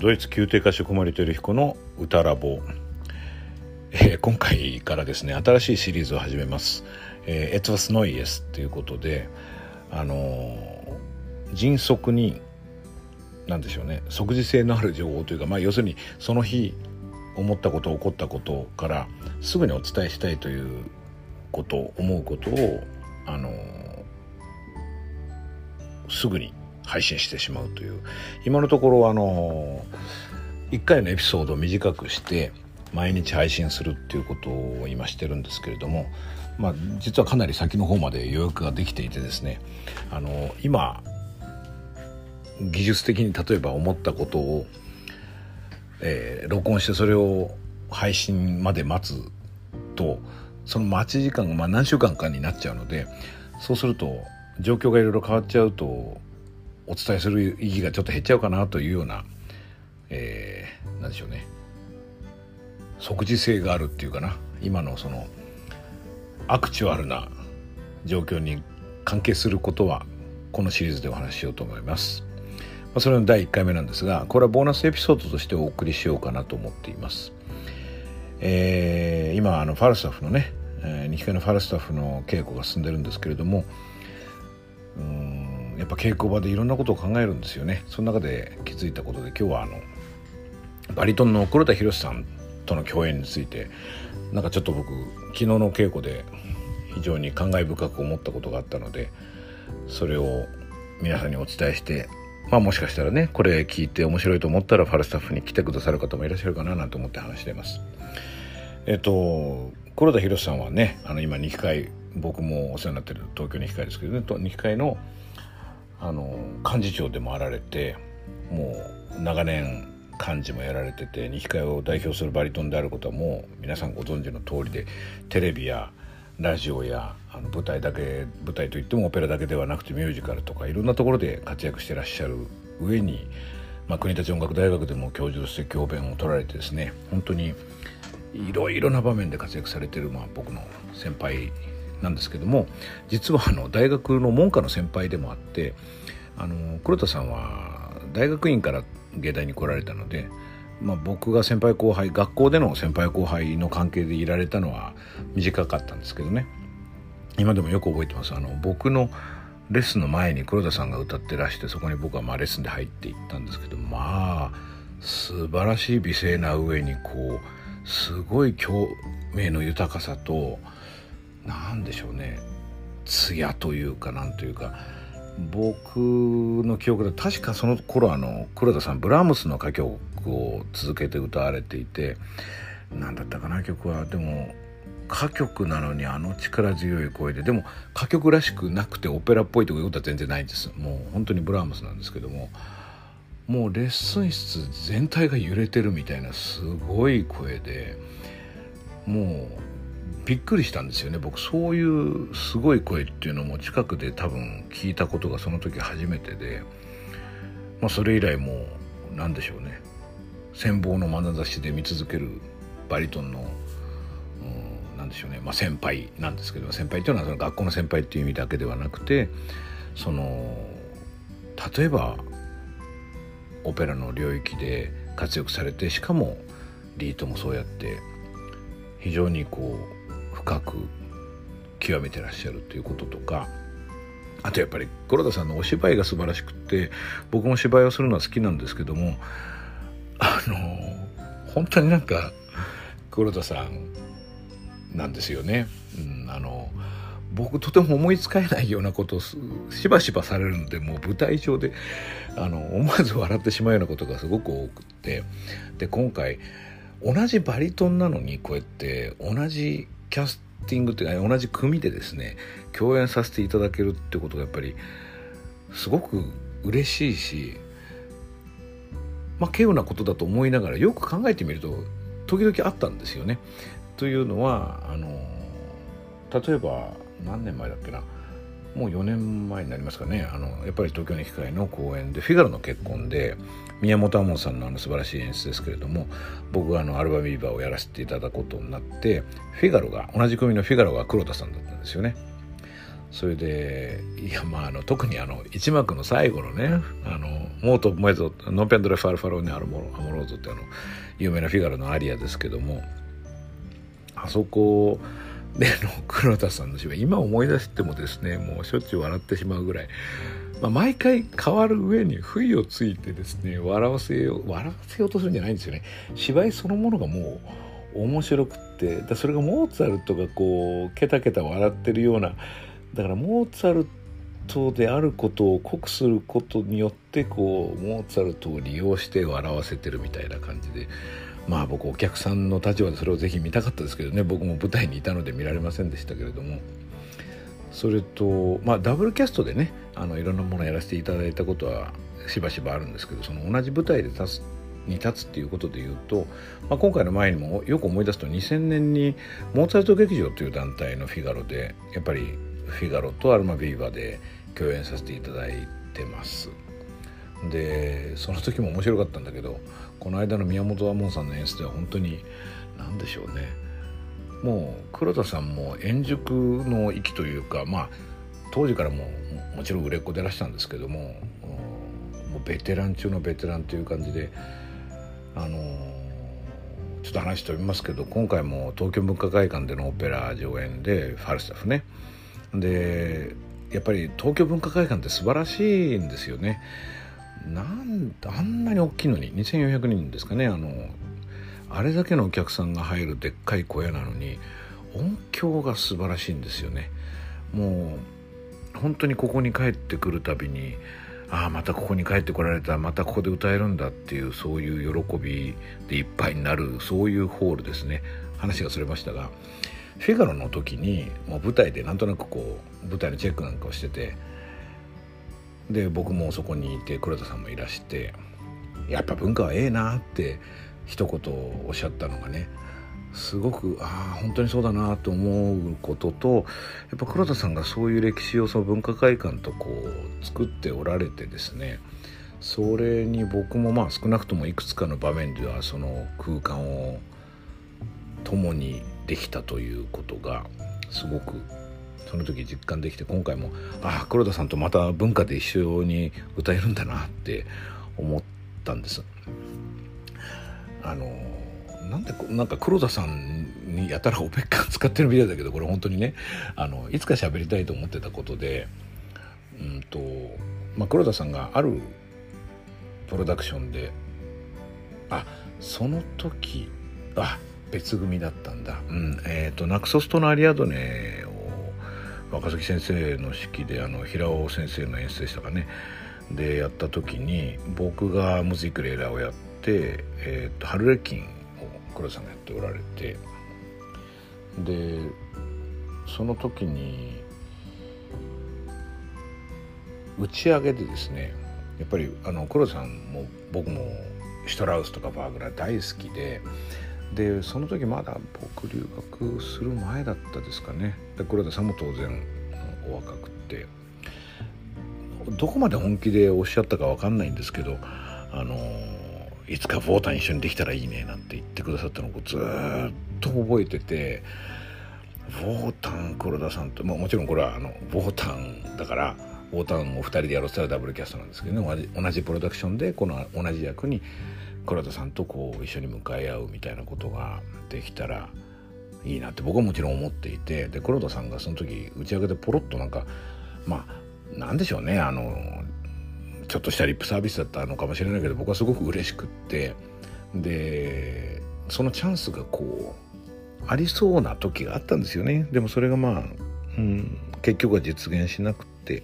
ドイツ宮廷歌手小森照彦の歌ラボ、今回からですね新しいシリーズを始めます。Etwas Neues ということで、迅速に何でしょうね、即時性のある情報というか、要するにその日思ったこと起こったことからすぐにお伝えしたいということ思うことをすぐに配信してしまうという、今のところ1回のエピソードを短くして毎日配信するっていうことを今してるんですけれども、実はかなり先の方まで予約ができていてですね、今技術的に例えば思ったことを、録音してそれを配信まで待つとその待ち時間が何週間かになっちゃうので、そうすると状況がいろいろ変わっちゃうとお伝えする意義がちょっと減っちゃうかなというような、なんでしょうね、即時性があるっていうかな、今のそのアクチュアルな状況に関係することはこのシリーズでお話ししようと思います。それの第1回目なんですが、これはボーナスエピソードとしてお送りしようかなと思っています。今ファルスタッフのね、日系のファルスタッフの稽古が進んでるんですけれども、やっぱ稽古場でいろんなことを考えるんですよね。その中で気づいたことで、今日はバリトンの黒田博さんとの共演について、なんかちょっと僕昨日の稽古で非常に感慨深く思ったことがあったので、それを皆さんにお伝えして、もしかしたらねこれ聞いて面白いと思ったらファルスタッフに来てくださる方もいらっしゃるかななんて思って話しています。黒田博さんはね、今日会、僕もお世話になっている東京日会ですけどね、日会の幹事長でもあられて、もう長年幹事もやられてて、日会を代表するバリトンであることはもう皆さんご存知の通りで、テレビやラジオや舞台といってもオペラだけではなくてミュージカルとかいろんなところで活躍してらっしゃる上に、国立音楽大学でも教授として教鞭を取られてですね、本当にいろいろな場面で活躍されている、僕の先輩なんですけども、実は大学の門下の先輩でもあって、黒田さんは大学院から芸大に来られたので、僕が先輩後輩、学校での先輩後輩の関係でいられたのは短かったんですけどね、今でもよく覚えてます。僕のレッスンの前に黒田さんが歌ってらして、そこに僕はレッスンで入っていったんですけど、素晴らしい美声な上にすごい共鳴の豊かさと、なんでしょうね、艶というかなんというか、僕の記憶で確かその頃黒田さんブラームスの歌曲を続けて歌われていて、何だったかな曲は。でも歌曲なのに力強い声で、でも歌曲らしくなくてオペラっぽいということは全然ないんです。もう本当にブラームスなんですけども、もうレッスン室全体が揺れてるみたいなすごい声で、もうびっくりしたんですよね。僕そういうすごい声っていうのも近くで多分聞いたことがその時初めてで、それ以来もうなんでしょうね、羨望の眼差しで見続けるバリトンのなんでしょうね、先輩なんですけど、先輩っていうのはその学校の先輩っていう意味だけではなくて、例えばオペラの領域で活躍されて、しかもリートもそうやって非常に深く極めてらっしゃるということとか、あとやっぱり黒田さんのお芝居が素晴らしくって、僕も芝居をするのは好きなんですけども、本当になんか黒田さんなんですよね。僕とても思いつかえないようなことをしばしばされるので、もう舞台上で思わず笑ってしまうようなことがすごく多くって、で今回同じバリトンなのにこうやって同じキャスティングっていうか同じ組でですね共演させていただけるってことがやっぱりすごく嬉しいし、稀有なことだと思いながらよく考えてみると時々あったんですよね。というのは例えば何年前だっけな、もう4年前になりますかね、やっぱり東京日会の公演でフィガロの結婚で宮本亞門さんの素晴らしい演出ですけれども、僕がアルバビーバーをやらせていただくことになって、フィガロが同じ組のフィガロが黒田さんだったんですよね。 それで特に一幕の最後のねモートモエゾノンペンドレファルファローにアモローゾって有名なフィガロのアリアですけども、あそこでの黒田さんの芝居今思い出してもですねもうしょっちゅう笑ってしまうぐらい、毎回変わる上に不意をついてですね笑わせようとするんじゃないんですよね。芝居そのものがもう面白くってそれがモーツァルトがこうケタケタ笑ってるような、だからモーツァルトであることを酷することによってこうモーツァルトを利用して笑わせてるみたいな感じで、僕お客さんの立場でそれをぜひ見たかったですけどね、僕も舞台にいたので見られませんでしたけれども、それとダブルキャストでねいろんなものをやらせていただいたことはしばしばあるんですけど、その同じ舞台で立つっていうことでいうと、今回の前にもよく思い出すと2000年にモーツァルト劇場という団体のフィガロでやっぱりフィガロとアルマビーバで共演させていただいてます。でその時も面白かったんだけど、この間の宮本亞門さんの演出では本当に何でしょうね、もう黒田さんも円熟の域というか、当時からもちろん売れっ子でいらしたんですけども、もうベテラン中のベテランという感じで、ちょっと話飛びますけど、今回も東京文化会館でのオペラ上演でファルスタフね、でやっぱり東京文化会館って素晴らしいんですよね。あんなに大きいのに2400人ですかね、あれだけのお客さんが入るでっかい小屋なのに音響が素晴らしいんですよね。もう本当にここに帰ってくるたびにまたここに帰ってこられた、またここで歌えるんだっていう、そういう喜びでいっぱいになる、そういうホールですね。話がそれましたが、フィガロの時にもう舞台でなんとなくこう舞台のチェックなんかをしてて、で僕もそこにいて黒田さんもいらして、やっぱ文化はええなって一言おっしゃったのがね、すごく本当にそうだなと思うことと、やっぱ黒田さんがそういう歴史をその文化会館とこう作っておられてですね、それに僕も少なくともいくつかの場面ではその空間を共にできたということがすごくその時実感できて、今回も黒田さんとまた文化で一緒に歌えるんだなって思ったんです。なんか黒田さんにやたらオペッカ使ってるみたいだけど、これ本当にねいつか喋りたいと思ってたことで、黒田さんがあるプロダクションでその時別組だったんだ、ナクソストのアリアドネを若崎先生の指揮で平尾先生の演出でしたかねでやった時に、僕がムズイクレーラーをやって、ハルレキンを黒田さんがやっておられて、でその時に打ち上げでですね、やっぱり黒田さんも僕もシュトラウスとかバーグラー大好きでその時まだ僕留学する前だったですかね。で黒田さんも当然お若くってどこまで本気でおっしゃったか分かんないんですけど、いつかボータン一緒にできたらいいねなんて言ってくださったのをずっと覚えてて、ボータン黒田さんと、もちろんこれはボータンだからボータンを2人でやろうとしたらダブルキャストなんですけどね、同じプロダクションでこの同じ役に黒田さんとこう一緒に向かい合うみたいなことができたらいいなって僕はもちろん思っていて、で黒田さんがその時打ち上げでポロッとなんでしょうね、ちょっとしたリップサービスだったのかもしれないけど、僕はすごく嬉しくって、でそのチャンスがこうありそうな時があったんですよね。でもそれが結局は実現しなくて、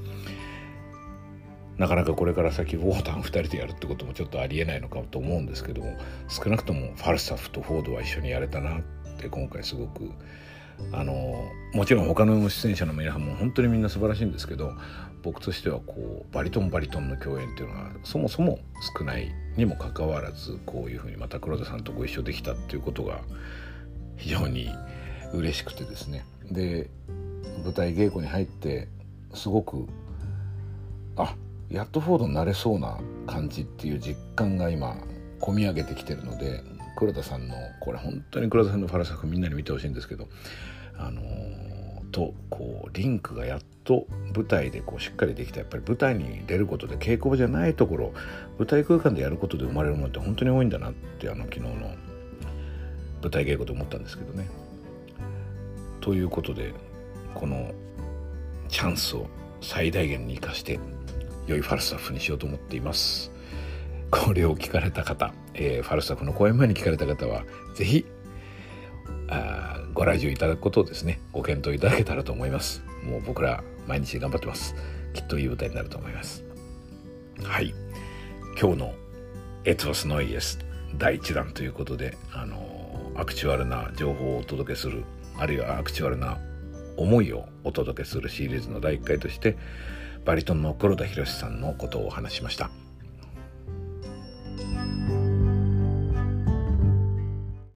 なかなかこれから先ウォータン2人でやるってこともちょっとありえないのかと思うんですけども、少なくともファルスタフとフォードは一緒にやれたなって今回すごくもちろん他の出演者の皆さんも本当にみんな素晴らしいんですけど、僕としてはこうバリトンの共演っていうのがそもそも少ないにもかかわらず、こういうふうにまた黒田さんとご一緒できたっていうことが非常に嬉しくてですね、で舞台稽古に入ってすごくやっとフォードになれそうな感じっていう実感が今込み上げてきてるので、黒田さんのこれ本当に黒田さんのファルサフみんなに見てほしいんですけど、 とリンクがやっと舞台でしっかりできた。やっぱり舞台に出ることで稽古場じゃないところ、舞台空間でやることで生まれるものって本当に多いんだなって昨日の舞台稽古で思ったんですけどね。ということでこのチャンスを最大限に生かして良いファルスタフにしようと思っています。これを聞かれた方、ファルスタフの公演前に聞かれた方はぜひご来場いただくことをですねご検討いただけたらと思います。もう僕ら毎日頑張ってます。きっといい舞台になると思います。はい、今日のIt was Noise第1弾ということでアクチュアルな情報をお届けする、あるいはアクチュアルな思いをお届けするシリーズの第1回としてバリトンの黒田博さんのことをお話ししました。